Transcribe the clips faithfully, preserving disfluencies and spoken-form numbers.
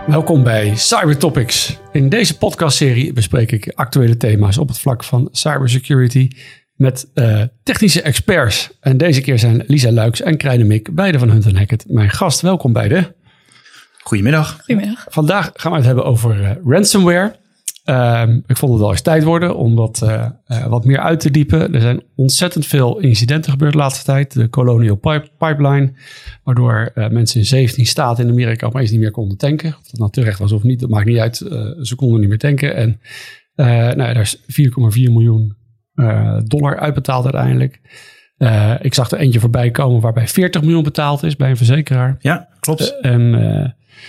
Welkom bij Cyber Topics. In deze podcastserie bespreek ik actuele thema's op het vlak van cybersecurity met uh, technische experts. En deze keer zijn Lisa Luijks en Krijn de Mik, beide van Hunt en Hackett, mijn gast. Welkom beiden. Goedemiddag. Goedemiddag. Vandaag gaan we het hebben over uh, ransomware. Uh, ik vond het wel eens tijd worden om dat uh, uh, wat meer uit te diepen. Er zijn ontzettend veel incidenten gebeurd de laatste tijd. De Colonial Pipe, Pipeline, waardoor uh, mensen in zeventien staten in Amerika opeens niet meer konden tanken. Of dat nou terecht was of niet, dat maakt niet uit. Uh, ze konden niet meer tanken. En uh, nou ja, daar is vier komma vier miljoen uh, dollar uitbetaald uiteindelijk. Uh, ik zag er eentje voorbij komen waarbij veertig miljoen betaald is bij een verzekeraar. Ja, klopt. Uh, en... Uh,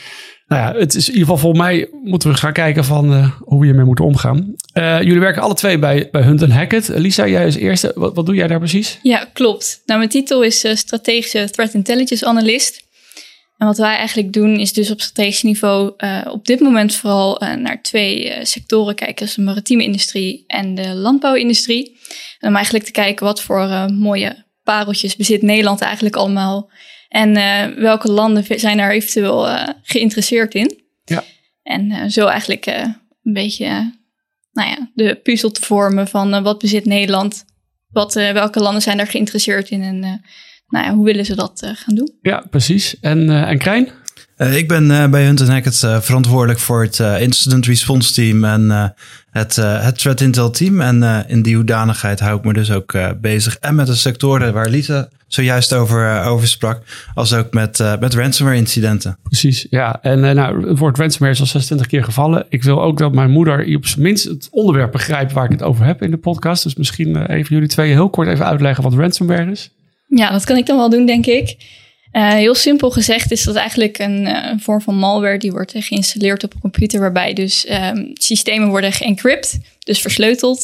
Nou ja, het is in ieder geval volgens mij moeten we gaan kijken van uh, hoe we hiermee moeten omgaan. Uh, jullie werken alle twee bij, bij Hunt en Hackett. Lisa, jij als eerste. Wat, wat doe jij daar precies? Ja, klopt. Nou, mijn titel is uh, strategische threat intelligence analyst. En wat wij eigenlijk doen is dus op strategisch niveau uh, op dit moment vooral uh, naar twee uh, sectoren kijken. Dus de maritieme industrie en de landbouwindustrie. En om eigenlijk te kijken wat voor uh, mooie pareltjes bezit Nederland eigenlijk allemaal. En uh, welke landen zijn daar eventueel uh, geïnteresseerd in? Ja. En uh, zo eigenlijk uh, een beetje uh, nou ja, de puzzel te vormen van uh, wat bezit Nederland? Wat, uh, welke landen zijn daar geïnteresseerd in? En uh, nou ja, hoe willen ze dat uh, gaan doen? Ja, precies. En, uh, en Krijn? Uh, ik ben uh, bij Hunt en Hackett uh, verantwoordelijk voor het uh, Incident Response Team en uh, het, uh, het Threat Intel Team. En uh, in die hoedanigheid hou ik me dus ook uh, bezig. En met de sectoren waar Lisa zojuist over, uh, over sprak. Als ook met, uh, met ransomware incidenten. Precies, ja. En uh, nou, het woord ransomware is al zesentwintig keer gevallen. Ik wil ook dat mijn moeder op zijn minst het onderwerp begrijpt waar ik het over heb in de podcast. Dus misschien uh, even jullie twee heel kort even uitleggen wat ransomware is. Ja, dat kan ik dan wel doen, denk ik. Uh, heel simpel gezegd is dat eigenlijk een, uh, een vorm van malware die wordt geïnstalleerd op een computer waarbij dus um, systemen worden geencrypt, dus versleuteld.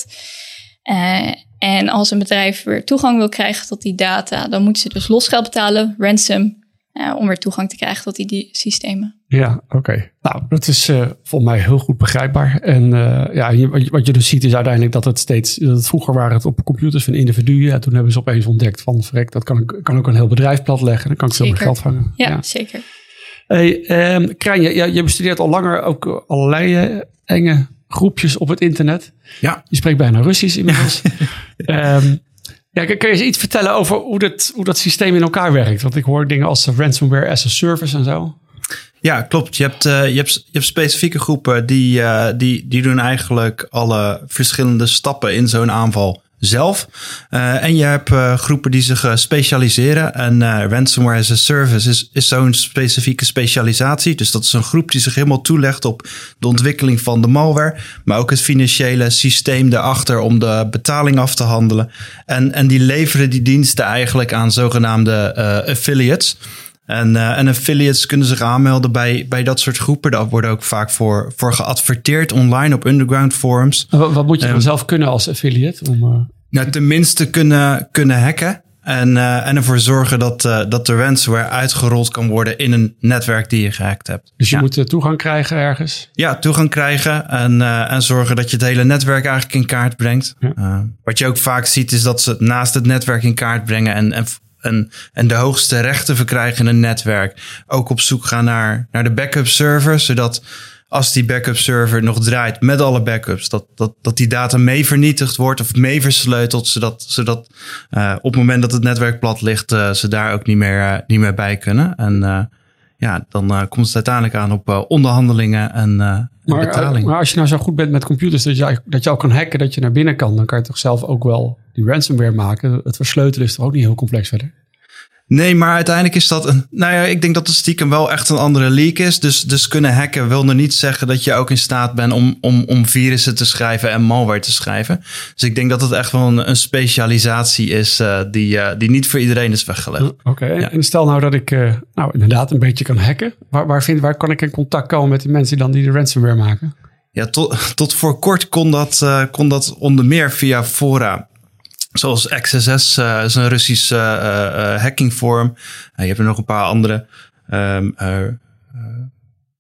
Uh, en als een bedrijf weer toegang wil krijgen tot die data, dan moeten ze dus losgeld betalen, ransom, uh, om weer toegang te krijgen tot die, die systemen. Ja, oké. Okay. Nou, dat is uh, volgens mij heel goed begrijpbaar. En uh, ja, je, wat je dus ziet is uiteindelijk dat het steeds... Dat het vroeger waren het op computers van individuen. En toen hebben ze opeens ontdekt van... Verrek, dat kan, kan ook een heel bedrijf platleggen. Dan kan ik veel meer geld vangen. Ja, ja. Zeker. Hey, um, Krijn, je, je bestudeert al langer ook allerlei uh, enge groepjes op het internet. Ja. Je spreekt bijna Russisch inmiddels. um, Ja, kan je eens iets vertellen over hoe dat, hoe dat systeem in elkaar werkt? Want ik hoor dingen als ransomware as a service en zo. Ja, klopt. Je hebt, uh, je hebt, je hebt specifieke groepen die, uh, die, die doen eigenlijk alle verschillende stappen in zo'n aanval zelf. Uh, en je hebt uh, groepen die zich uh, specialiseren. En uh, ransomware as a service is, is zo'n specifieke specialisatie. Dus dat is een groep die zich helemaal toelegt op de ontwikkeling van de malware. Maar ook het financiële systeem daarachter om de betaling af te handelen. En, en die leveren die diensten eigenlijk aan zogenaamde uh, affiliates. En, uh, en affiliates kunnen zich aanmelden bij, bij dat soort groepen. Daar wordt ook vaak voor, voor geadverteerd online op underground forums. Wat, wat moet je dan um, zelf kunnen als affiliate? Om, uh... Nou, tenminste kunnen, kunnen hacken. En, uh, en ervoor zorgen dat, uh, dat de ransomware uitgerold kan worden in een netwerk die je gehackt hebt. Dus je ja. moet uh, toegang krijgen ergens? Ja, toegang krijgen en, uh, en zorgen dat je het hele netwerk eigenlijk in kaart brengt. Ja. Uh, wat je ook vaak ziet is dat ze naast het netwerk in kaart brengen en... en En, en de hoogste rechten verkrijgen in een netwerk. Ook op zoek gaan naar, naar de backup server. Zodat als die backup server nog draait met alle backups. Dat, dat, dat die data mee vernietigd wordt of mee versleuteld. Zodat, zodat uh, op het moment dat het netwerk plat ligt. Uh, ze daar ook niet meer, uh, niet meer bij kunnen. En uh, ja, dan uh, komt het uiteindelijk aan op uh, onderhandelingen en, uh, maar, en betaling. Uh, maar als je nou zo goed bent met computers. Dat je, dat je al kan hacken, dat je naar binnen kan. Dan kan je toch zelf ook wel die ransomware maken. Het versleutelen is toch ook niet heel complex verder? Nee, maar uiteindelijk is dat een... Nou ja, ik denk dat het stiekem wel echt een andere leak is. Dus, dus kunnen hacken wil nog niet zeggen dat je ook in staat bent om, om, om virussen te schrijven en malware te schrijven. Dus ik denk dat het echt wel een, een specialisatie is uh, die, uh, die niet voor iedereen is weggelegd. Oké, okay. Ja. En stel nou dat ik uh, nou inderdaad een beetje kan hacken. Waar, waar, vind, waar kan ik in contact komen met die mensen dan die de ransomware maken? Ja, tot, tot voor kort kon dat, uh, kon dat onder meer via fora. Zoals X S S uh, is een Russisch uh, uh, hacking forum. Uh, je hebt er nog een paar andere. Um, uh, uh,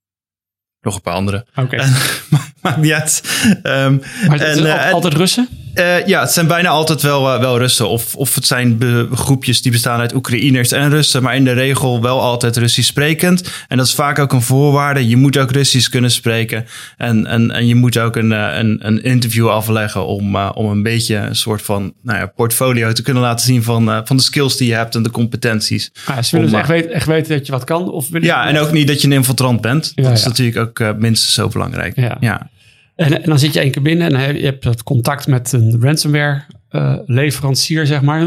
nog een paar andere. Oké. Okay. Maakt niet uit. Um, maar het is en, uh, altijd Russen? Uh, ja, het zijn bijna altijd wel, uh, wel Russen. Of, of het zijn be- groepjes die bestaan uit Oekraïners en Russen. Maar in de regel wel altijd Russisch sprekend. En dat is vaak ook een voorwaarde. Je moet ook Russisch kunnen spreken. En, en, en je moet ook een, een, een interview afleggen om, uh, om een beetje een soort van nou ja, portfolio te kunnen laten zien van, uh, van de skills die je hebt en de competenties. Ah, ze willen om, dus echt weten, echt weten dat je wat kan? Of willen ja, en ook niet dat je een infiltrant bent. Ja, dat is ja. natuurlijk ook uh, minstens zo belangrijk. Ja. ja. En, en dan zit je één keer binnen en je hebt dat contact met een ransomware uh, leverancier, zeg maar.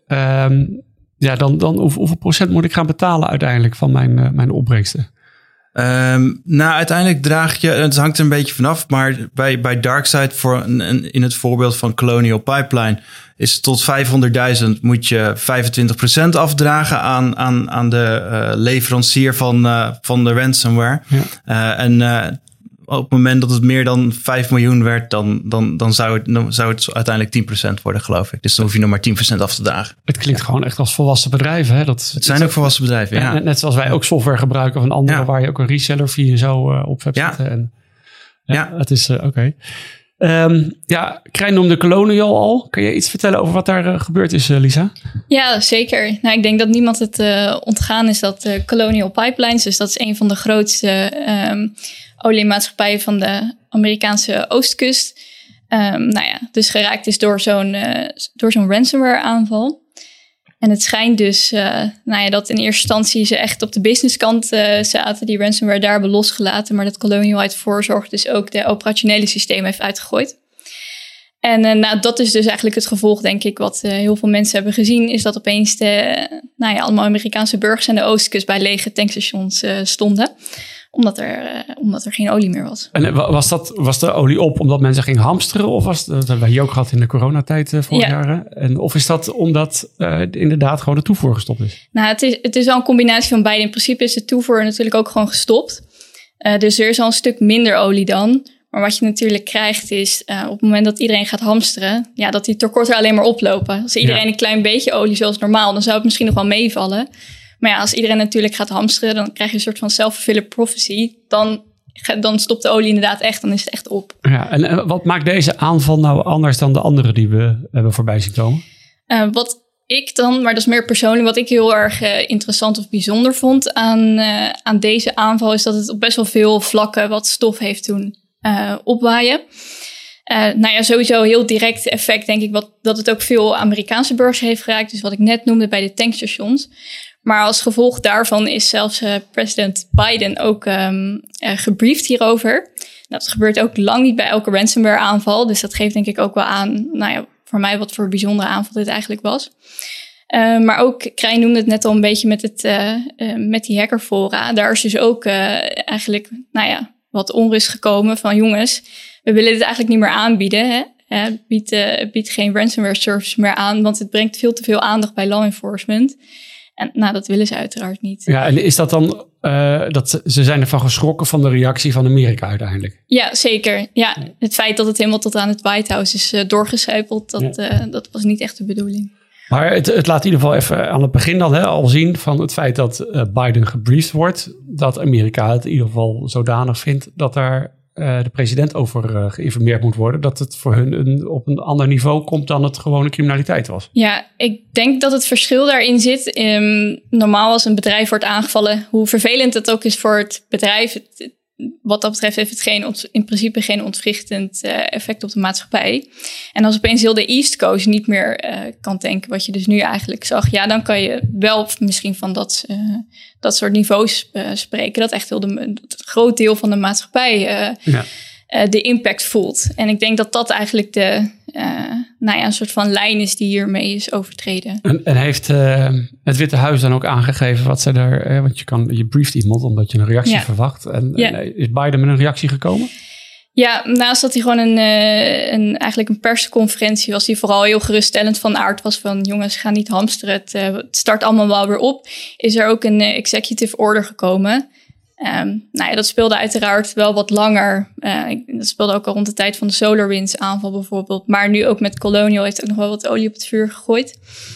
Um, ja, dan, dan hoe, hoeveel procent moet ik gaan betalen uiteindelijk van mijn, uh, mijn opbrengsten? Um, nou, uiteindelijk draag je, het hangt er een beetje vanaf, maar bij, bij DarkSide voor een, een, in het voorbeeld van Colonial Pipeline is tot vijfhonderdduizend moet je vijfentwintig procent afdragen aan, aan, aan de uh, leverancier van, uh, van de ransomware. Ja. Uh, en uh, op het moment dat het meer dan vijf miljoen werd, dan, dan, dan, zou, het, dan zou het uiteindelijk tien procent worden, geloof ik. Dus dan hoef je nog maar tien procent af te dragen. Het klinkt gewoon echt als volwassen bedrijven. Hè? Dat, het zijn het ook volwassen bedrijven, ja. Net, net zoals wij ook software gebruiken van anderen, ja. waar je ook een reseller via zo uh, op hebt ja. zitten. En, ja, ja. Het is uh, oké. Okay. Um, ja, Krijn noemde Colonial al. Kun je iets vertellen over wat daar uh, gebeurd is, uh, Lisa? Ja, zeker. Nou, ik denk dat niemand het uh, ontgaan is dat uh, Colonial Pipelines, dus dat is een van de grootste um, oliemaatschappijen van de Amerikaanse oostkust, um, nou ja, dus geraakt is door zo'n, uh, door zo'n ransomware aanval. En het schijnt dus uh, nou ja, dat in eerste instantie ze echt op de businesskant uh, zaten, die ransomware daar hebben losgelaten, maar dat Colonial uit voorzorg dus ook de operationele systemen heeft uitgegooid. En uh, nou, dat is dus eigenlijk het gevolg, denk ik, wat uh, heel veel mensen hebben gezien, is dat opeens de, uh, nou ja, allemaal Amerikaanse burgers aan de oostkust bij lege tankstations uh, stonden, omdat er, uh, omdat er geen olie meer was. En was, dat, was de olie op omdat mensen gingen hamsteren? Of was dat, dat hebben we hier ook gehad in de coronatijd uh, vorig ja. jaar? En of is dat omdat uh, inderdaad gewoon de toevoer gestopt is? Nou, het is, het is wel een combinatie van beide. In principe is de toevoer natuurlijk ook gewoon gestopt. Uh, dus er is al een stuk minder olie dan. Maar wat je natuurlijk krijgt is, uh, op het moment dat iedereen gaat hamsteren, ja, dat die tekorten alleen maar oplopen. Als iedereen ja. een klein beetje olie zoals normaal, dan zou het misschien nog wel meevallen. Maar ja, als iedereen natuurlijk gaat hamsteren, dan krijg je een soort van self-fulfilling prophecy. Dan, dan stopt de olie inderdaad echt, dan is het echt op. Ja, en uh, wat maakt deze aanval nou anders dan de andere die we hebben voorbij zien komen? Uh, wat ik dan, maar dat is meer persoonlijk, wat ik heel erg uh, interessant of bijzonder vond aan, uh, aan deze aanval, is dat het op best wel veel vlakken wat stof heeft doen uh, opwaaien. Uh, nou ja, sowieso heel direct effect, denk ik, wat, dat het ook veel Amerikaanse burgers heeft geraakt. Dus wat ik net noemde bij de tankstations. Maar als gevolg daarvan is zelfs uh, president Biden ook um, uh, gebriefd hierover. Nou, dat gebeurt ook lang niet bij elke ransomware aanval. Dus dat geeft denk ik ook wel aan, nou ja, voor mij wat voor bijzondere aanval dit eigenlijk was. Uh, maar ook, Krijn noemde het net al een beetje met, het, uh, uh, met die hackerfora. Daar is dus ook uh, eigenlijk, nou ja, wat onrust gekomen van jongens, we willen dit eigenlijk niet meer aanbieden. Hè? Uh, bied, uh, bied geen ransomware service meer aan, want het brengt veel te veel aandacht bij law enforcement. En nou, dat willen ze uiteraard niet. Ja, en is dat dan, uh, dat ze zijn ervan geschrokken van de reactie van Amerika uiteindelijk? Ja, zeker. Ja, het feit dat het helemaal tot aan het White House is uh, doorgecijpeld, dat, ja. uh, dat was niet echt de bedoeling. Maar het, het laat in ieder geval even aan het begin dan hè, al zien van het feit dat uh, Biden gebriefd wordt, dat Amerika het in ieder geval zodanig vindt dat daar uh, de president over uh, geïnformeerd moet worden, dat het voor hun een, op een ander niveau komt dan het gewone criminaliteit was. Ja, ik denk dat het verschil daarin zit. Um, normaal als een bedrijf wordt aangevallen, hoe vervelend het ook is voor het bedrijf, het, wat dat betreft heeft het geen, in principe geen ontwrichtend uh, effect op de maatschappij. En als opeens heel de East Coast niet meer uh, kan tanken, wat je dus nu eigenlijk zag, ja, dan kan je wel misschien van dat, uh, dat soort niveaus uh, spreken, dat echt heel de, het groot deel van de maatschappij uh, ja. uh, de impact voelt. En ik denk dat dat eigenlijk de, uh, nou ja, een soort van lijn is die hiermee is overtreden. En, en heeft uh, het Witte Huis dan ook aangegeven wat ze daar, eh, want je kan, je brieft iemand omdat je een reactie ja. verwacht. En, ja. en is Biden met een reactie gekomen? Ja, naast dat hij gewoon een, uh, een, eigenlijk een persconferentie was, die vooral heel geruststellend van aard was van jongens, ga niet hamsteren, het, uh, het start allemaal wel weer op, is er ook een uh, executive order gekomen. Um, nou ja, dat speelde uiteraard wel wat langer. Uh, dat speelde ook al rond de tijd van de SolarWinds aanval bijvoorbeeld. Maar nu ook met Colonial heeft ook nog wel wat olie op het vuur gegooid.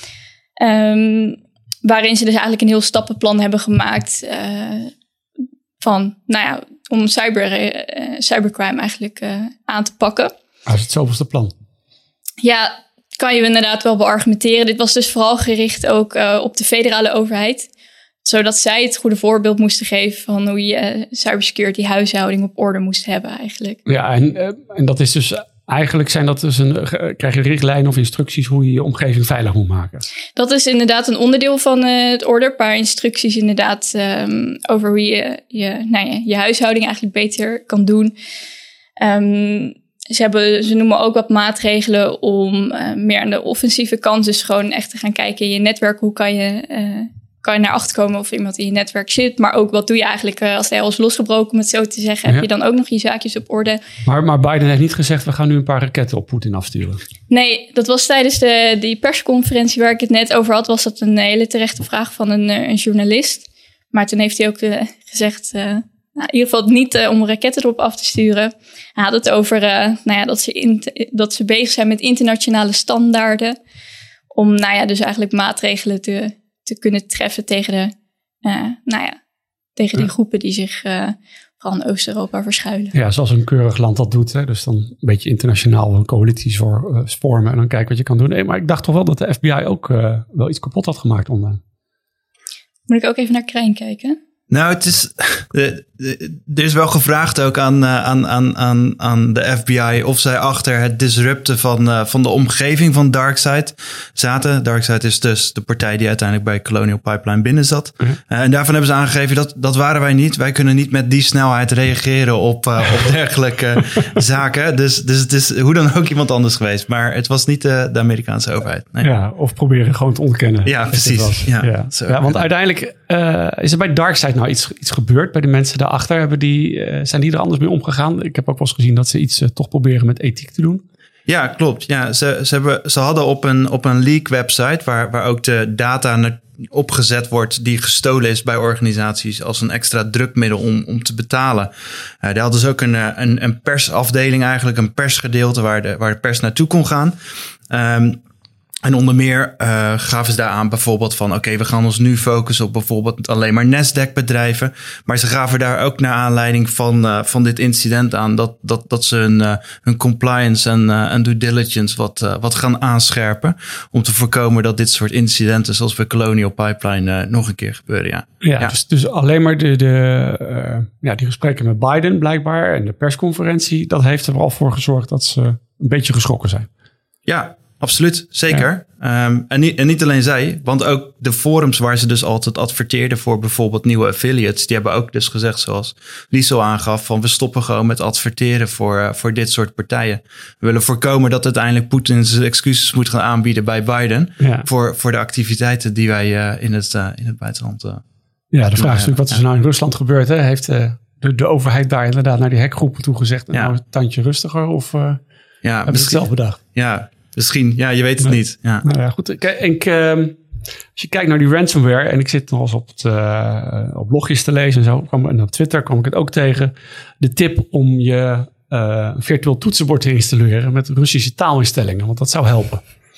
Um, waarin ze dus eigenlijk een heel stappenplan hebben gemaakt uh, van, nou ja, om cyber, uh, cybercrime eigenlijk uh, aan te pakken. Ah, is het zoveelste plan? Ja, kan je inderdaad wel beargumenteren. Dit was dus vooral gericht ook uh, op de federale overheid. Zodat zij het goede voorbeeld moesten geven van hoe je uh, cybersecurity huishouding op orde moest hebben eigenlijk. Ja, en, uh, en dat is dus eigenlijk zijn dat dus een, uh, krijg je richtlijnen of instructies hoe je je omgeving veilig moet maken. Dat is inderdaad een onderdeel van uh, het order. Een paar instructies inderdaad um, over hoe je je, nou ja, je huishouding eigenlijk beter kan doen. Um, Ze, hebben, ze noemen ook wat maatregelen om uh, meer aan de offensieve kant, dus gewoon echt te gaan kijken in je netwerk. Hoe kan je, uh, kan je naar achter komen of iemand in je netwerk zit? Maar ook wat doe je eigenlijk uh, als de hel is losgebroken, om het zo te zeggen. Ja. Heb je dan ook nog je zaakjes op orde? Maar, maar Biden heeft niet gezegd, we gaan nu een paar raketten op Poetin afsturen. Nee, dat was tijdens de, die persconferentie waar ik het net over had, was dat een hele terechte vraag van een, een journalist. Maar toen heeft hij ook uh, gezegd... Uh, Nou, in ieder geval niet uh, om raketten erop af te sturen. Hij had het over uh, nou ja, dat, ze in, dat ze bezig zijn met internationale standaarden. Om nou ja, dus eigenlijk maatregelen te, te kunnen treffen tegen, de, uh, nou ja, tegen die ja. groepen die zich uh, vooral in Oost-Europa verschuilen. Ja, zoals een keurig land dat doet. Hè? Dus dan een beetje internationaal een coalitie voor, uh, vormen en dan kijken wat je kan doen. Nee, maar ik dacht toch wel dat de F B I ook uh, wel iets kapot had gemaakt online. Moet ik ook even naar Krijn kijken? Nou, het is, er is wel gevraagd ook aan, aan, aan, aan, aan de F B I of zij achter het disrupten van, van de omgeving van DarkSide zaten. DarkSide is dus de partij die uiteindelijk bij Colonial Pipeline binnen zat. Uh-huh. Uh, en daarvan hebben ze aangegeven dat dat waren wij niet. Wij kunnen niet met die snelheid reageren op, uh, op dergelijke zaken. Dus, dus het is hoe dan ook iemand anders geweest. Maar het was niet de, de Amerikaanse overheid. Nee. Ja, of proberen gewoon te ontkennen. Ja, precies. Ja, ja. ja, want uiteindelijk uh, is er bij DarkSide nou iets, iets gebeurd bij de mensen daarachter? Hebben die, uh, zijn die er anders mee omgegaan? Ik heb ook wel eens gezien dat ze iets uh, toch proberen met ethiek te doen. Ja, klopt. Ja, ze, ze, hebben, ze hadden op een, op een leak website waar, waar ook de data opgezet wordt die gestolen is bij organisaties als een extra drukmiddel om, om te betalen. Uh, daar hadden ze ook een, een, een persafdeling eigenlijk, een persgedeelte waar de, waar de pers naartoe kon gaan. Um, En onder meer uh, gaven ze daar aan bijvoorbeeld van... oké, okay, we gaan ons nu focussen op bijvoorbeeld alleen maar Nasdaq-bedrijven. Maar ze gaven daar ook naar aanleiding van, uh, van dit incident aan... dat, dat, dat ze hun, uh, hun compliance en, uh, en due diligence wat, uh, wat gaan aanscherpen... om te voorkomen dat dit soort incidenten zoals bij Colonial Pipeline uh, nog een keer gebeuren. Ja, ja, ja. Dus, dus alleen maar de, de, uh, ja, die gesprekken met Biden blijkbaar... en de persconferentie, dat heeft er wel voor gezorgd dat ze een beetje geschrokken zijn. Ja, absoluut, zeker. Ja. Um, en, niet, en niet alleen zij, want ook de forums waar ze dus altijd adverteerden voor bijvoorbeeld nieuwe affiliates, die hebben ook dus gezegd, zoals Liesel aangaf, van we stoppen gewoon met adverteren voor, uh, voor dit soort partijen. We willen voorkomen dat uiteindelijk Poetin zijn excuses moet gaan aanbieden bij Biden ja. voor, voor de activiteiten die wij uh, in, het, uh, in het buitenland uh, Ja, de vraag is natuurlijk wat is er nou in Rusland gebeurd? Hè? Heeft uh, de, de overheid daar inderdaad naar die hackgroepen toe gezegd, ja. nou een tandje rustiger of uh, ja, hebben ze het zelf bedacht? Ja, misschien. Ja, je weet het nee. niet. Ja. Nou ja, goed. Ik, ik, um, als je kijkt naar die ransomware, en ik zit nog eens op, het, uh, op blogjes te lezen en zo, kwam, en op Twitter kwam ik het ook tegen. De tip om je uh, virtueel toetsenbord te installeren met Russische taalinstellingen, want dat zou helpen.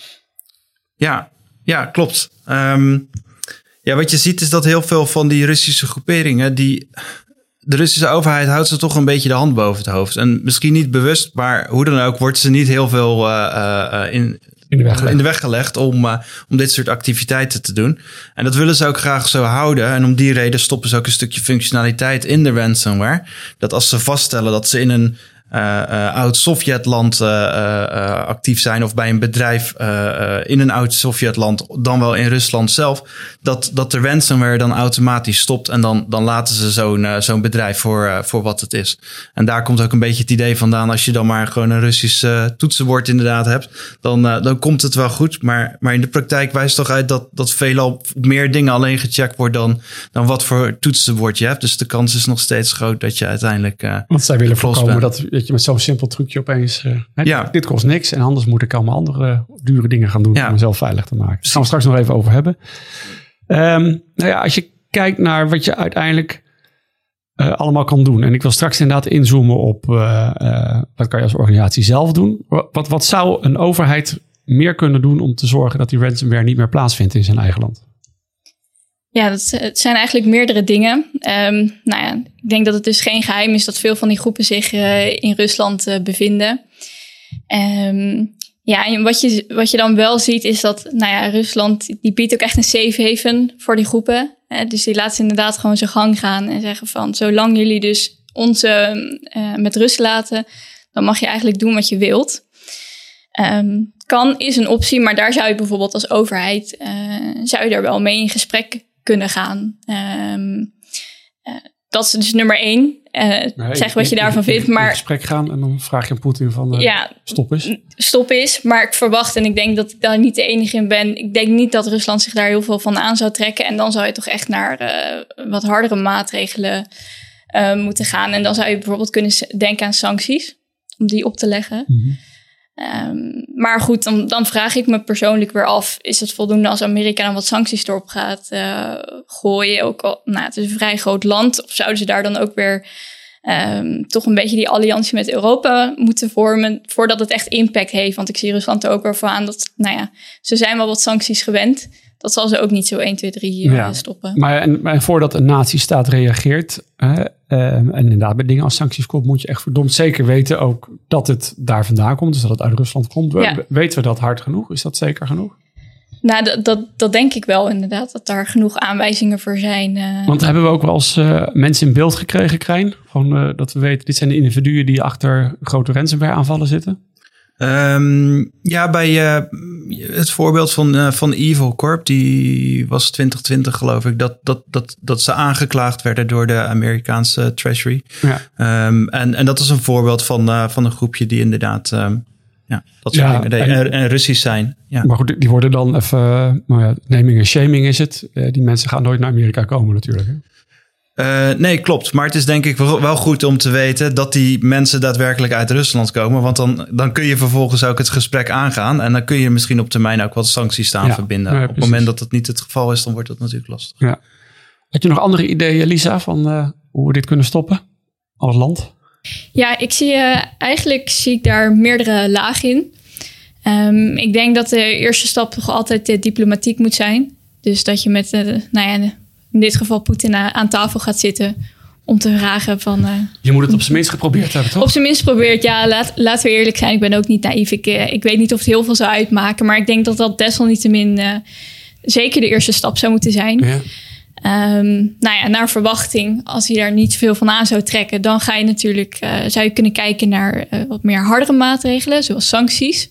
Ja, ja, klopt. Um, ja, wat je ziet is dat heel veel van die Russische groeperingen, die... De Russische overheid houdt ze toch een beetje de hand boven het hoofd. En misschien niet bewust, maar hoe dan ook wordt ze niet heel veel uh, uh, in, in, de weg in de weg gelegd om, uh, om dit soort activiteiten te doen. En dat willen ze ook graag zo houden. En om die reden stoppen ze ook een stukje functionaliteit in de ransomware. Dat als ze vaststellen dat ze in een Uh, uh, oud Sovjetland uh, uh, actief zijn of bij een bedrijf uh, uh, in een oud Sovjetland, dan wel in Rusland zelf, dat, dat de ransomware dan automatisch stopt en dan, dan laten ze zo'n, uh, zo'n bedrijf voor, uh, voor wat het is. En daar komt ook een beetje het idee vandaan, als je dan maar gewoon een Russisch uh, toetsenbord inderdaad hebt, dan, uh, dan komt het wel goed. Maar, maar in de praktijk wijst toch uit dat, dat veelal op meer dingen alleen gecheckt wordt dan, dan wat voor toetsenbord je hebt. Dus de kans is nog steeds groot dat je uiteindelijk uh, Want zij willen voorkomen dat dat je met zo'n simpel trucje opeens... Uh, hè, ja. dit, dit kost niks en anders moet ik allemaal andere uh, dure dingen gaan doen ja. om mezelf veilig te maken. Daar gaan we straks nog even over hebben. Um, nou ja, als je kijkt naar wat je uiteindelijk uh, allemaal kan doen. En ik wil straks inderdaad inzoomen op uh, uh, wat kan je als organisatie zelf doen. Wat, wat zou een overheid meer kunnen doen om te zorgen dat die ransomware niet meer plaatsvindt in zijn eigen land? Ja, dat, het zijn eigenlijk meerdere dingen. Um, nou ja, ik denk dat het dus geen geheim is dat veel van die groepen zich uh, in Rusland uh, bevinden. Um, Ja, en wat je, wat je dan wel ziet is dat, nou ja, Rusland die biedt ook echt een safe haven voor die groepen. Eh, dus die laten ze inderdaad gewoon zijn gang gaan en zeggen van, zolang jullie dus ons uh, met rust laten, dan mag je eigenlijk doen wat je wilt. Um, kan is een optie, maar daar zou je bijvoorbeeld als overheid, uh, zou je daar wel mee in gesprek kunnen gaan. Um, uh, dat is dus nummer één. Uh, nee, zeg wat je in, daarvan in, vindt. In, maar in gesprek gaan en dan vraag je aan Poetin van uh, ja, stop eens. Stop eens, maar ik verwacht en ik denk dat ik daar niet de enige in ben. Ik denk niet dat Rusland zich daar heel veel van aan zou trekken. En dan zou je toch echt naar uh, wat hardere maatregelen uh, moeten gaan. En dan zou je bijvoorbeeld kunnen denken aan sancties, om die op te leggen. Mm-hmm. Um, maar goed, dan, dan vraag ik me persoonlijk weer af, is het voldoende als Amerika dan wat sancties erop gaat uh, gooien? Ook al, nou, het is een vrij groot land. Of zouden ze daar dan ook weer um, toch een beetje die alliantie met Europa moeten vormen voordat het echt impact heeft? Want ik zie Rusland er ook wel voor aan dat, nou ja, ze zijn wel wat sancties gewend. Dat zal ze ook niet zo één, twee, drie uh, ja, stoppen. Maar, en, maar voordat een nazistaat reageert, uh, uh, en inderdaad bij dingen als sancties komt, moet je echt verdomd zeker weten ook dat het daar vandaan komt. Dus dat het uit Rusland komt. Ja. Weten we dat hard genoeg? Is dat zeker genoeg? Nou, dat, dat, dat denk ik wel inderdaad, dat daar genoeg aanwijzingen voor zijn. Uh... Want hebben we ook wel eens uh, mensen in beeld gekregen, Krijn? Van, uh, dat we weten, dit zijn de individuen die achter grote ransomware aanvallen zitten? Um, ja, bij uh, het voorbeeld van, uh, van Evil Corp, die was twintig twintig geloof ik, dat, dat, dat, dat ze aangeklaagd werden door de Amerikaanse Treasury. Ja. Um, en, en dat is een voorbeeld van, uh, van een groepje die inderdaad um, ja, dat soort ja, dingen deed. En, en Russisch zijn. Ja. Maar goed, die worden dan even, uh, nou ja, naming en shaming is het. Uh, die mensen gaan nooit naar Amerika komen natuurlijk, hè? Uh, nee, klopt. Maar het is denk ik wel goed om te weten dat die mensen daadwerkelijk uit Rusland komen. Want dan, dan kun je vervolgens ook het gesprek aangaan. En dan kun je misschien op termijn ook wat sancties staan ja, verbinden. Ja, op het moment dat dat niet het geval is, dan wordt dat natuurlijk lastig. Ja. Heb je nog andere ideeën, Lisa, van uh, hoe we dit kunnen stoppen als land? Ja, ik zie uh, eigenlijk zie ik daar meerdere lagen in. Um, ik denk dat de eerste stap toch altijd uh, diplomatiek moet zijn. Dus dat je met, uh, nou ja, in dit geval Poetin aan tafel gaat zitten om te vragen van... Uh, je moet het op zijn minst geprobeerd hebben, toch? Op zijn minst geprobeerd, ja. Laat, laten we eerlijk zijn. Ik ben ook niet naïef. Ik, uh, ik weet niet of het heel veel zou uitmaken. Maar ik denk dat dat desalniettemin uh, zeker de eerste stap zou moeten zijn. Ja. Um, nou ja, naar verwachting, als hij daar niet veel van aan zou trekken... dan ga je natuurlijk, uh, zou je kunnen kijken naar uh, wat meer hardere maatregelen, zoals sancties.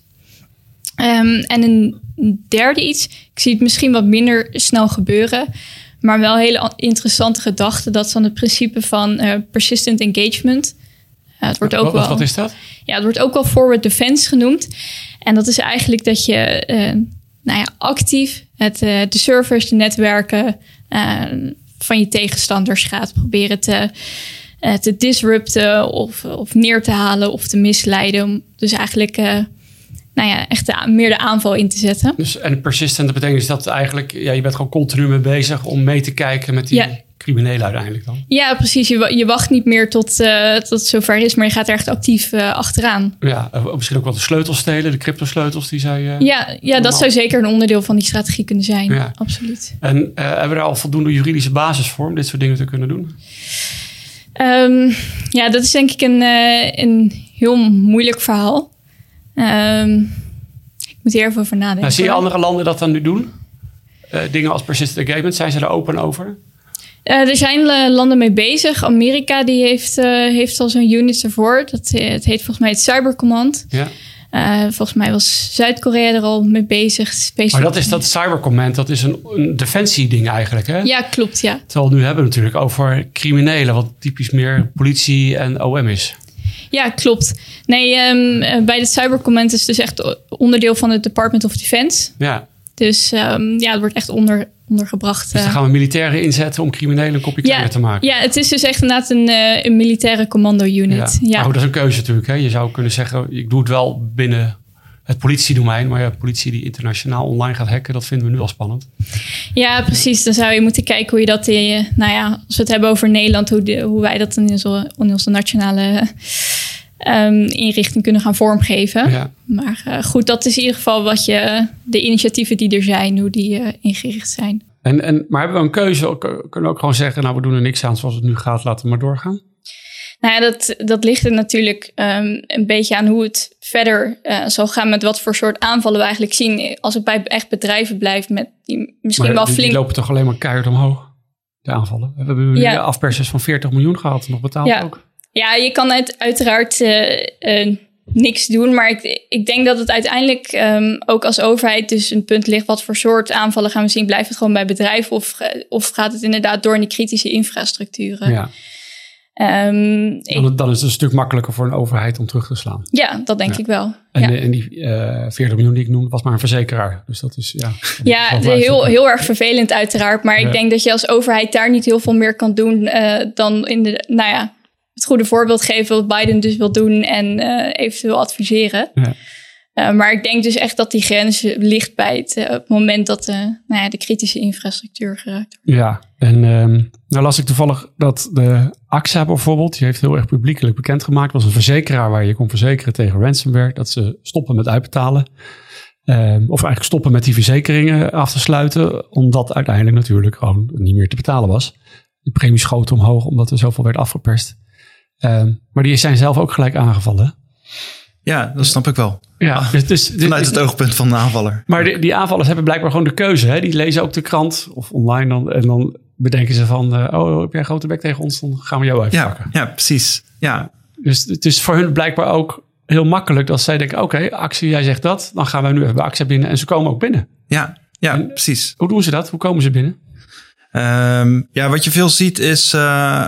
Um, en een derde iets, ik zie het misschien wat minder snel gebeuren... maar wel hele interessante gedachte. Dat is dan het principe van uh, persistent engagement. Uh, het wordt ook wat, wel, wat is dat? Ja, het wordt ook wel forward defense genoemd. En dat is eigenlijk dat je uh, nou ja, actief het, uh, de servers, de netwerken uh, van je tegenstanders gaat proberen te, uh, te disrupten of, of neer te halen of te misleiden. Dus eigenlijk... Uh, nou ja, echt de, meer de aanval in te zetten. Dus, en persistent, dat betekent dus dat eigenlijk... Ja, je bent gewoon continu mee bezig om mee te kijken met die ja. criminelen uiteindelijk dan. Ja, precies. Je, je wacht niet meer tot, uh, tot het zover is, maar je gaat er echt actief uh, achteraan. Ja, misschien ook wel de sleutels stelen, de cryptosleutels die zij... Uh, ja, ja dat zou zeker een onderdeel van die strategie kunnen zijn. Ja. Absoluut. En uh, hebben we er al voldoende juridische basis voor om dit soort dingen te kunnen doen? Um, ja, dat is denk ik een, uh, een heel moeilijk verhaal. Um, ik moet hier even over nadenken. Nou, zie je andere landen dat dan nu doen? Uh, dingen als persistent engagement, zijn ze er open over? Uh, er zijn uh, landen mee bezig. Amerika die heeft, uh, heeft al zo'n unit ervoor. Dat, uh, het heet volgens mij het Cybercommand. Ja. Uh, volgens mij was Zuid-Korea er al mee bezig. Maar dat is dat Cybercommand, dat is een, een defensieding eigenlijk, hè? Ja, klopt, ja. Terwijl we nu hebben natuurlijk over criminelen, wat typisch meer politie en O M is. Ja, klopt. Nee, um, bij het Cybercommand is dus echt onderdeel van het Department of Defense. Ja. Dus um, ja, het wordt echt onder, ondergebracht. Dus dan gaan we militairen inzetten om criminelen een kopje kleiner ja, te maken. Ja, het is dus echt inderdaad een, uh, een militaire commando-unit. Ja. Ja. Maar goed, dat is een keuze natuurlijk. Hè? Je zou kunnen zeggen, ik doe het wel binnen het politiedomein. Maar ja, politie die internationaal online gaat hacken, dat vinden we nu al spannend. Ja, precies. Dan zou je moeten kijken hoe je dat... In, nou ja, als we het hebben over Nederland, hoe, de, hoe wij dat in onze, in onze nationale... Um, inrichting kunnen gaan vormgeven. Ja. Maar uh, goed, dat is in ieder geval wat je... de initiatieven die er zijn, hoe die uh, ingericht zijn. En, en, maar hebben we een keuze? Kunnen we ook gewoon zeggen... nou, we doen er niks aan zoals het nu gaat, laten we maar doorgaan? Nou ja, dat, dat ligt er natuurlijk um, een beetje aan hoe het verder uh, zal gaan met wat voor soort aanvallen we eigenlijk zien. Als het bij echt bedrijven blijft met die misschien maar wel die, flink... die lopen toch alleen maar keihard omhoog, de aanvallen. We hebben nu ja. afpersers van veertig miljoen gehad, nog betaald ja. ook. Ja, je kan uit, uiteraard uh, uh, niks doen, maar ik, ik denk dat het uiteindelijk um, ook als overheid dus een punt ligt. Wat voor soort aanvallen gaan we zien? Blijft het gewoon bij bedrijven of, of gaat het inderdaad door in die kritische infrastructuren? Ja. Um, dan, ik, dan is het een stuk makkelijker voor een overheid om terug te slaan. Ja, dat denk ja. ik wel. En, ja. de, en die uh, veertig miljoen die ik noemde was maar een verzekeraar. Dus dat is ja. Ja, is heel, heel erg vervelend uiteraard. Maar ja. ik denk dat je als overheid daar niet heel veel meer kan doen uh, dan in de, nou ja, het goede voorbeeld geven wat Biden dus wil doen en uh, eventueel adviseren. Ja. Uh, maar ik denk dus echt dat die grens ligt bij het, uh, op het moment dat uh, nou ja, de kritische infrastructuur geraakt wordt. Ja, en um, nou las ik toevallig dat de A X A bijvoorbeeld, die heeft heel erg publiekelijk bekendgemaakt, was een verzekeraar waar je kon verzekeren tegen ransomware, dat ze stoppen met uitbetalen. Um, of eigenlijk stoppen met die verzekeringen af te sluiten, omdat uiteindelijk natuurlijk gewoon niet meer te betalen was. De premie schoot omhoog omdat er zoveel werd afgeperst. Um, maar die zijn zelf ook gelijk aangevallen. Ja, dat snap ik wel. Ja, dus, dus, Vanuit dus, het oogpunt van de aanvaller. Maar die, die aanvallers hebben blijkbaar gewoon de keuze. Hè? Die lezen ook de krant of online dan, en dan bedenken ze van... Uh, oh, heb jij een grote bek tegen ons? Dan gaan we jou even ja, pakken. Ja, precies. Ja. Dus het is voor hun blijkbaar ook heel makkelijk dat zij denken... oké, okay, Actie, jij zegt dat. Dan gaan wij nu even bij Actie binnen. En ze komen ook binnen. Ja, ja en, precies. Hoe doen ze dat? Hoe komen ze binnen? Um, ja, wat je veel ziet is... Uh,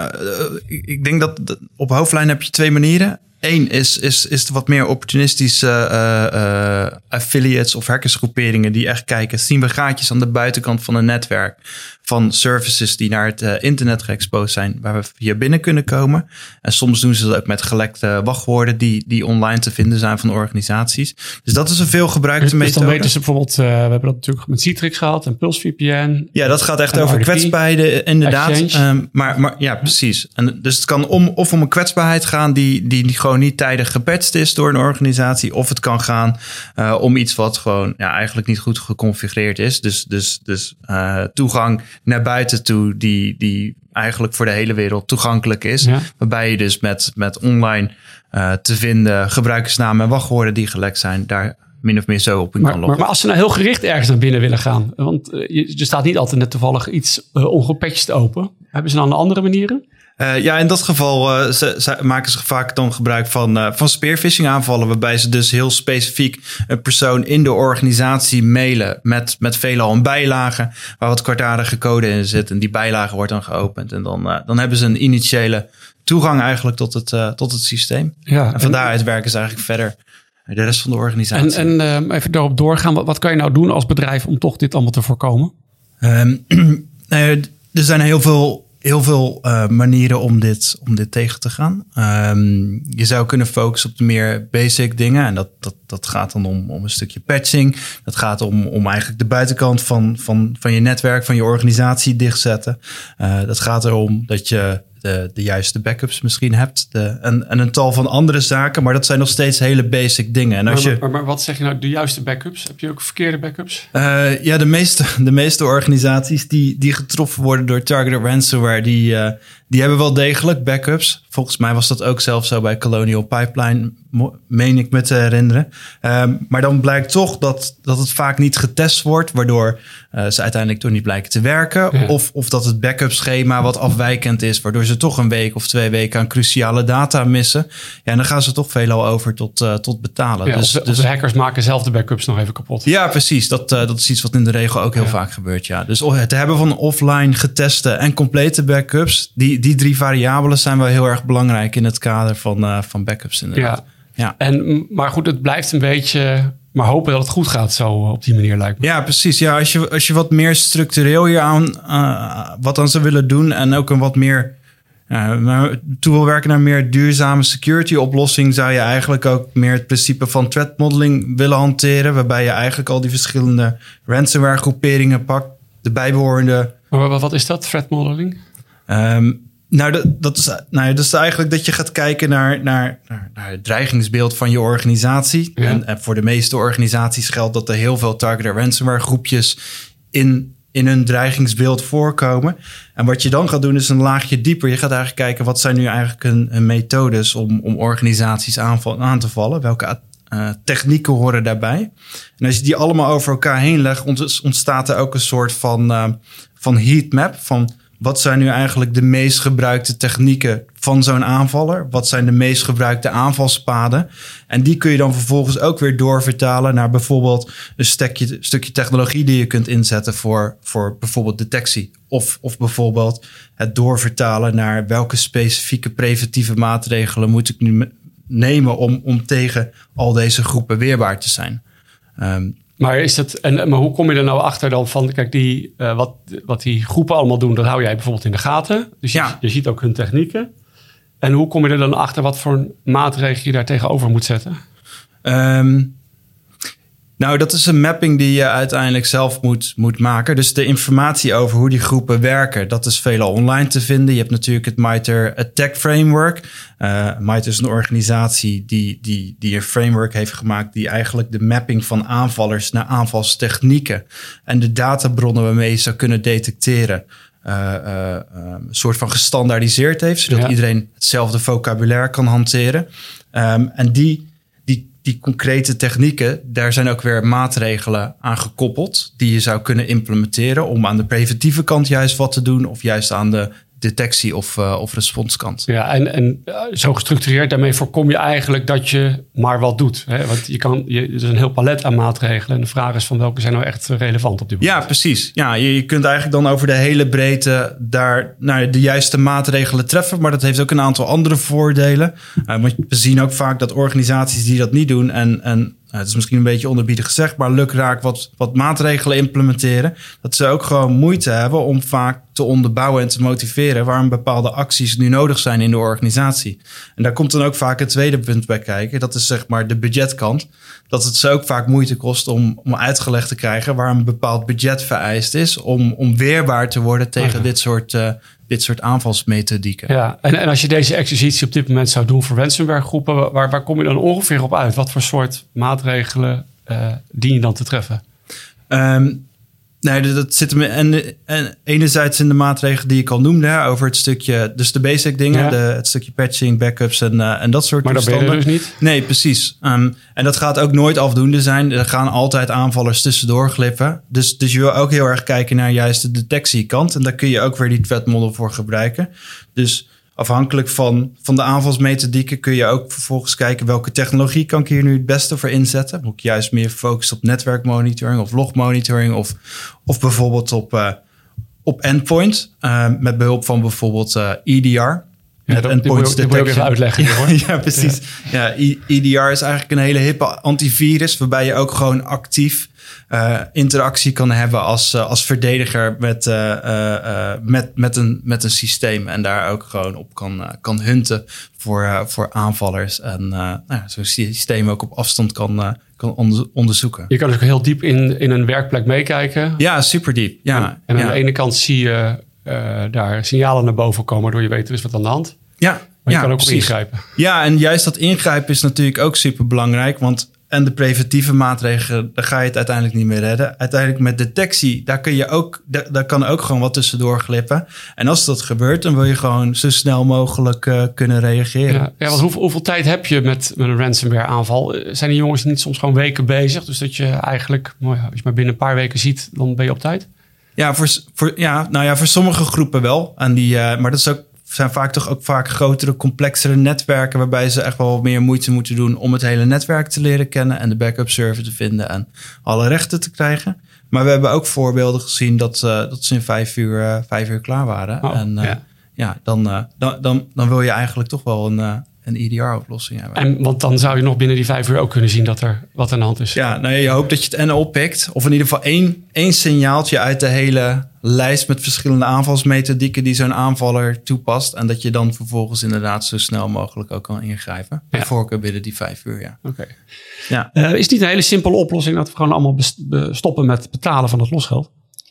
ik denk dat op hoofdlijn heb je twee manieren. Eén is, is, is de wat meer opportunistische uh, uh, affiliates of hackersgroeperingen die echt kijken, zien we gaatjes aan de buitenkant van een netwerk van services die naar het uh, internet geëxposed zijn, waar we hier binnen kunnen komen. En soms doen ze dat ook met gelekte wachtwoorden die, die online te vinden zijn van organisaties. Dus dat is een veel gebruikte dus, methode. Dus dan weten ze bijvoorbeeld, uh, we hebben dat natuurlijk met Citrix gehad en Pulse V P N. Ja, dat gaat echt over kwetsbaarheden inderdaad. Um, maar, maar ja, precies. En dus het kan om, of om een kwetsbaarheid gaan die, die gewoon niet tijdig gepatcht is door een organisatie. Of het kan gaan uh, om iets wat gewoon ja, eigenlijk niet goed geconfigureerd is. Dus, dus, dus uh, toegang naar buiten toe die, die eigenlijk voor de hele wereld toegankelijk is. Ja. Waarbij je dus met, met online uh, te vinden gebruikersnamen en wachtwoorden die gelekt zijn, daar min of meer zo op in maar, kan loggen. Maar, maar als ze nou heel gericht ergens naar binnen willen gaan, want uh, je, er staat niet altijd net toevallig iets uh, ongepatcht open. Hebben ze dan andere manieren? Uh, ja, in dat geval uh, ze, ze maken ze vaak dan gebruik van, uh, van spearphishing aanvallen, waarbij ze dus heel specifiek een persoon in de organisatie mailen met, met veelal een bijlage waar wat kwaadaardige code in zit. En die bijlage wordt dan geopend en dan, uh, dan hebben ze een initiële toegang eigenlijk tot het, uh, tot het systeem. Ja, en van daaruit werken ze eigenlijk verder de rest van de organisatie. En, en uh, even daarop doorgaan, wat, wat kan je nou doen als bedrijf om toch dit allemaal te voorkomen? Um, uh, er zijn heel veel Heel veel uh, manieren om dit, om dit tegen te gaan. Um, je zou kunnen focussen op de meer basic dingen. En dat, dat, dat gaat dan om, om een stukje patching. Dat gaat om, om eigenlijk de buitenkant van, van, van je netwerk, van je organisatie dichtzetten. Uh, dat gaat erom dat je de, de juiste backups misschien hebt. De, en, en een tal van andere zaken. Maar dat zijn nog steeds hele basic dingen. En als maar, je, maar, maar wat zeg je nou, de juiste backups? Heb je ook verkeerde backups? Uh, ja, de meeste, de meeste organisaties die, die getroffen worden door targeted ransomware, die, uh, die hebben wel degelijk backups. Volgens mij was dat ook zelfs zo bij Colonial Pipeline, meen ik me te herinneren. Um, maar dan blijkt toch dat, dat het vaak niet getest wordt, waardoor uh, ze uiteindelijk toch niet blijken te werken. Ja. Of, of dat het backup schema wat afwijkend is, waardoor ze toch een week of twee weken aan cruciale data missen. Ja, en dan gaan ze toch veelal over tot, uh, tot betalen. Ja, dus, of de, dus, of de hackers maken zelf de backups nog even kapot. Ja, precies. Dat, uh, dat is iets wat in de regel ook heel ja. vaak gebeurt. Ja. Dus het hebben van offline geteste en complete backups, die, die drie variabelen zijn wel heel erg belangrijk in het kader van, uh, van backups inderdaad. Ja. Ja. En, maar goed, het blijft een beetje, maar hopen dat het goed gaat zo op die manier lijkt me. Ja, precies. Ja, als je, als je wat meer structureel hier aan uh, wat aan ze willen doen en ook een wat meer uh, toe wil werken naar een meer duurzame security oplossing, zou je eigenlijk ook meer het principe van threat modeling willen hanteren, waarbij je eigenlijk al die verschillende ransomware groeperingen pakt, de bijbehorende. Maar wat is dat, threat modeling? Um, Nou, dat, dat, is, nou, dat is eigenlijk dat je gaat kijken naar, naar, naar, naar het dreigingsbeeld van je organisatie. Ja. En, en voor de meeste organisaties geldt dat er heel veel targeted ransomware groepjes in, in hun dreigingsbeeld voorkomen. En wat je dan gaat doen is een laagje dieper. Je gaat eigenlijk kijken wat zijn nu eigenlijk hun, hun methodes om, om organisaties aanval, aan te vallen. Welke uh, technieken horen daarbij. En als je die allemaal over elkaar heen legt, ontstaat er ook een soort van, uh, van heatmap van wat zijn nu eigenlijk de meest gebruikte technieken van zo'n aanvaller? Wat zijn de meest gebruikte aanvalspaden? En die kun je dan vervolgens ook weer doorvertalen naar bijvoorbeeld een stukje, stukje technologie die je kunt inzetten voor, voor bijvoorbeeld detectie. Of, of bijvoorbeeld het doorvertalen naar welke specifieke preventieve maatregelen moet ik nu nemen om, om tegen al deze groepen weerbaar te zijn. Um, Maar, is dat, en, maar hoe kom je er nou achter dan van, kijk, die, uh, wat, wat die groepen allemaal doen, dat hou jij bijvoorbeeld in de gaten. Dus je, ja. je ziet ook hun technieken. En hoe kom je er dan achter wat voor maatregelen je daar tegenover moet zetten? Um, nou, dat is een mapping die je uiteindelijk zelf moet, moet maken. Dus de informatie over hoe die groepen werken, dat is veelal online te vinden. Je hebt natuurlijk het MITRE ATT&CK Framework. Uh, MITRE is een organisatie die, die, die een framework heeft gemaakt die eigenlijk de mapping van aanvallers naar aanvalstechnieken en de databronnen waarmee je zou kunnen detecteren Uh, uh, uh, een soort van gestandaardiseerd heeft, zodat ja. iedereen hetzelfde vocabulaire kan hanteren. Um, en die, die, die concrete technieken, daar zijn ook weer maatregelen aan gekoppeld die je zou kunnen implementeren om aan de preventieve kant juist wat te doen of juist aan de detectie of, uh, of responskant. Ja, en, en uh, zo gestructureerd, daarmee voorkom je eigenlijk dat je maar wat doet. Hè? Want je kan, je, er is een heel palet aan maatregelen. En de vraag is van welke zijn nou echt relevant op dit moment. Ja, precies. Ja, je, je kunt eigenlijk dan over de hele breedte daar nou, de juiste maatregelen treffen. Maar dat heeft ook een aantal andere voordelen. Uh, want we zien ook vaak dat organisaties die dat niet doen en, en Uh, het is misschien een beetje onderbiedig gezegd, maar lukraak wat, wat maatregelen implementeren. Dat ze ook gewoon moeite hebben om vaak te onderbouwen en te motiveren waarom bepaalde acties nu nodig zijn in de organisatie. En daar komt dan ook vaak een tweede punt bij kijken. Dat is zeg maar de budgetkant. Dat het ze ook vaak moeite kost om, om uitgelegd te krijgen waarom een bepaald budget vereist is om, om weerbaar te worden tegen okay. dit soort uh, dit soort aanvalsmethodieken. Ja, en, en als je deze exercitie op dit moment zou doen voor ransomware groepen, waar, waar kom je dan ongeveer op uit? Wat voor soort maatregelen uh, dien je dan te treffen? Um, nee, dat zit hem en, en enerzijds in de maatregelen die ik al noemde, hè, over het stukje, dus de basic dingen, ja. de, het stukje patching, backups en, uh, en dat soort maar toestanden. Maar dat ben je dus niet? Nee, precies. Um, en dat gaat ook nooit afdoende zijn. Er gaan altijd aanvallers tussendoor glippen. Dus, dus je wil ook heel erg kijken naar juist de detectiekant. En daar kun je ook weer die threat model voor gebruiken. Dus afhankelijk van, van de aanvalsmethodieken kun je ook vervolgens kijken welke technologie kan ik hier nu het beste voor inzetten. Moet ik juist meer focussen op netwerkmonitoring of logmonitoring of, of bijvoorbeeld op, uh, op endpoint uh, met behulp van bijvoorbeeld uh, E D R. Ja, met dat, endpoint detection. Dat moet je even uitleggen. Ja, hoor. ja, precies. Ja. Ja, E D R is eigenlijk een hele hippe antivirus waarbij je ook gewoon actief Uh, interactie kan hebben als, uh, als verdediger met, uh, uh, met, met, een, met een systeem. En daar ook gewoon op kan, uh, kan hunten voor, uh, voor aanvallers. En uh, nou, zo'n systeem ook op afstand kan, uh, kan onder, onderzoeken. Je kan dus ook heel diep in, in een werkplek meekijken. Ja, super diep. Ja, en aan ja. de ene kant zie je uh, daar signalen naar boven komen, waardoor je weet er is wat aan de hand. Ja, maar je ja, kan ook precies. op ingrijpen. Ja, en juist dat ingrijpen is natuurlijk ook super belangrijk. Want en de preventieve maatregelen, daar ga je het uiteindelijk niet meer redden. Uiteindelijk met detectie, daar, kun je ook, daar, daar kan ook gewoon wat tussendoor glippen. En als dat gebeurt, dan wil je gewoon zo snel mogelijk uh, kunnen reageren. Ja, ja, want hoeveel, hoeveel tijd heb je met, met een ransomware aanval? Zijn die jongens niet soms gewoon weken bezig? Dus dat je eigenlijk, nou ja, als je maar binnen een paar weken ziet, dan ben je op tijd? Ja, voor, voor, ja, nou ja, voor sommige groepen wel. En die, uh, maar dat is ook zijn vaak toch ook vaak grotere, complexere netwerken waarbij ze echt wel wat meer moeite moeten doen om het hele netwerk te leren kennen en de backup server te vinden en alle rechten te krijgen. Maar we hebben ook voorbeelden gezien dat, uh, dat ze in vijf uur, uh, vijf uur klaar waren. Oh, en uh, ja, ja dan, uh, dan, dan, dan wil je eigenlijk toch wel een, uh, een E D R-oplossing hebben. En, want dan zou je nog binnen die vijf uur ook kunnen zien dat er wat aan de hand is. Ja, nou, je hoopt dat je het N L pikt. Of in ieder geval één, één signaaltje uit de hele lijst met verschillende aanvalsmethodieken die zo'n aanvaller toepast. En dat je dan vervolgens inderdaad zo snel mogelijk ook kan ingrijpen. Bij ja. voorkeur binnen die vijf uur, ja. Oké. Okay. Ja. Uh, is het niet een hele simpele oplossing dat we gewoon allemaal best, be, stoppen met betalen van het losgeld?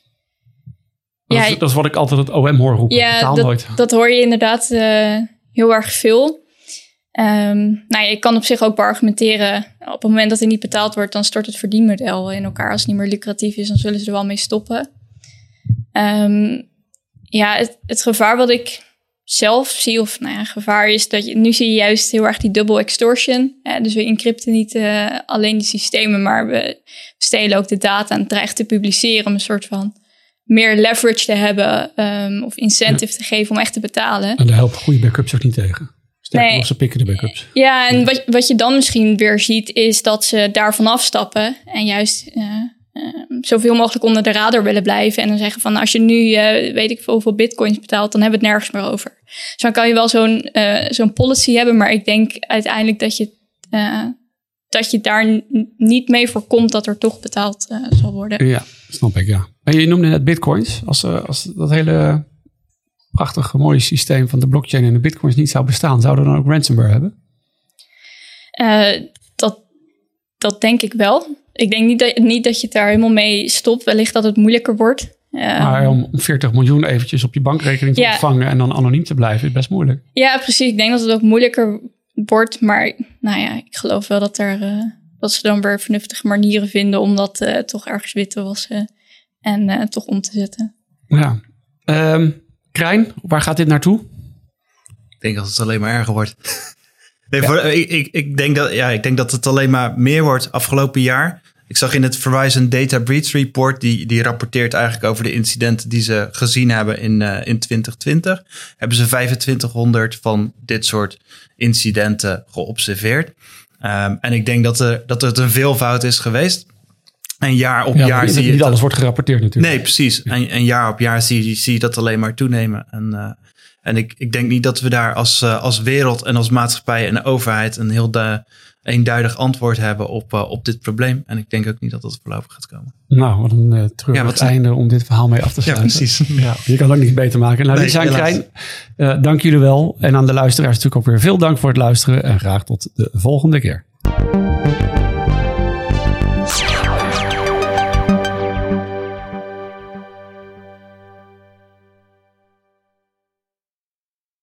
Ja, dat, is, dat is wat ik altijd het O M hoor roepen. Ja, Betaal dat, nooit. dat hoor je inderdaad uh, heel erg veel. Um, nou, je kan op zich ook beargumenteren. Op het moment dat er niet betaald wordt, dan stort het verdienmodel in elkaar. Als het niet meer lucratief is, dan zullen ze er wel mee stoppen. Um, ja, het, het gevaar wat ik zelf zie, of nou ja, gevaar is dat je, nu zie je juist heel erg die double extortion. Hè? Dus we encrypten niet uh, alleen de systemen, maar we stelen ook de data en dreigen te publiceren om een soort van meer leverage te hebben um, of incentive ja. te geven om echt te betalen. En daar helpen goede backups ook niet tegen. Sterker nee. nog, ze pikken de backups. Ja, en wat, wat je dan misschien weer ziet is dat ze daarvan afstappen en juist uh, uh, zoveel mogelijk onder de radar willen blijven. En dan zeggen van, als je nu, uh, weet ik veel hoeveel bitcoins betaalt, dan hebben we het nergens meer over. Dus dan kan je wel zo'n, uh, zo'n policy hebben, maar ik denk uiteindelijk dat je, uh, dat je daar n- niet mee voorkomt dat er toch betaald uh, zal worden. Ja, snap ik, ja. En je noemde net bitcoins. Als, uh, als dat hele prachtige, mooie systeem van de blockchain en de bitcoins niet zou bestaan, zouden we dan ook ransomware hebben? Uh, dat, dat denk ik wel. Ik denk niet dat, niet dat je het daar helemaal mee stopt. Wellicht dat het moeilijker wordt. Uh, maar om veertig miljoen eventjes op je bankrekening te ja. ontvangen en dan anoniem te blijven, is best moeilijk. Ja, precies. Ik denk dat het ook moeilijker wordt. Maar nou ja, ik geloof wel dat, er, uh, dat ze dan weer vernuftige manieren vinden om dat uh, toch ergens wit te wassen en uh, toch om te zetten. Ja. Um, Krijn, waar gaat dit naartoe? Ik denk dat het alleen maar erger wordt. nee, ja. voor, ik, ik, ik, denk dat, ja, ik denk dat het alleen maar meer wordt afgelopen jaar. Ik zag in het Verizon Data Breach Report, die, die rapporteert eigenlijk over de incidenten die ze gezien hebben in, uh, in twintig twintig. Hebben ze vijfentwintighonderd van dit soort incidenten geobserveerd. Um, en ik denk dat, er, dat het een veelvoud is geweest. En jaar op ja, jaar zie je... Niet alles wordt gerapporteerd natuurlijk. Nee, precies. En, en jaar op jaar zie je, zie je dat alleen maar toenemen. En, uh, en ik, ik denk niet dat we daar als, uh, als wereld en als maatschappij en overheid een heel de, eenduidig antwoord hebben op, uh, op dit probleem. En ik denk ook niet dat dat voorlopig gaat komen. Nou, wat een uh, treurig ja, wat einde om dit verhaal mee af te sluiten. Ja, precies. Ja, je kan het ook niet beter maken. Nou, nee, Lisa en Krijn, uh, dank jullie wel. En aan de luisteraars natuurlijk ook weer veel dank voor het luisteren. En graag tot de volgende keer.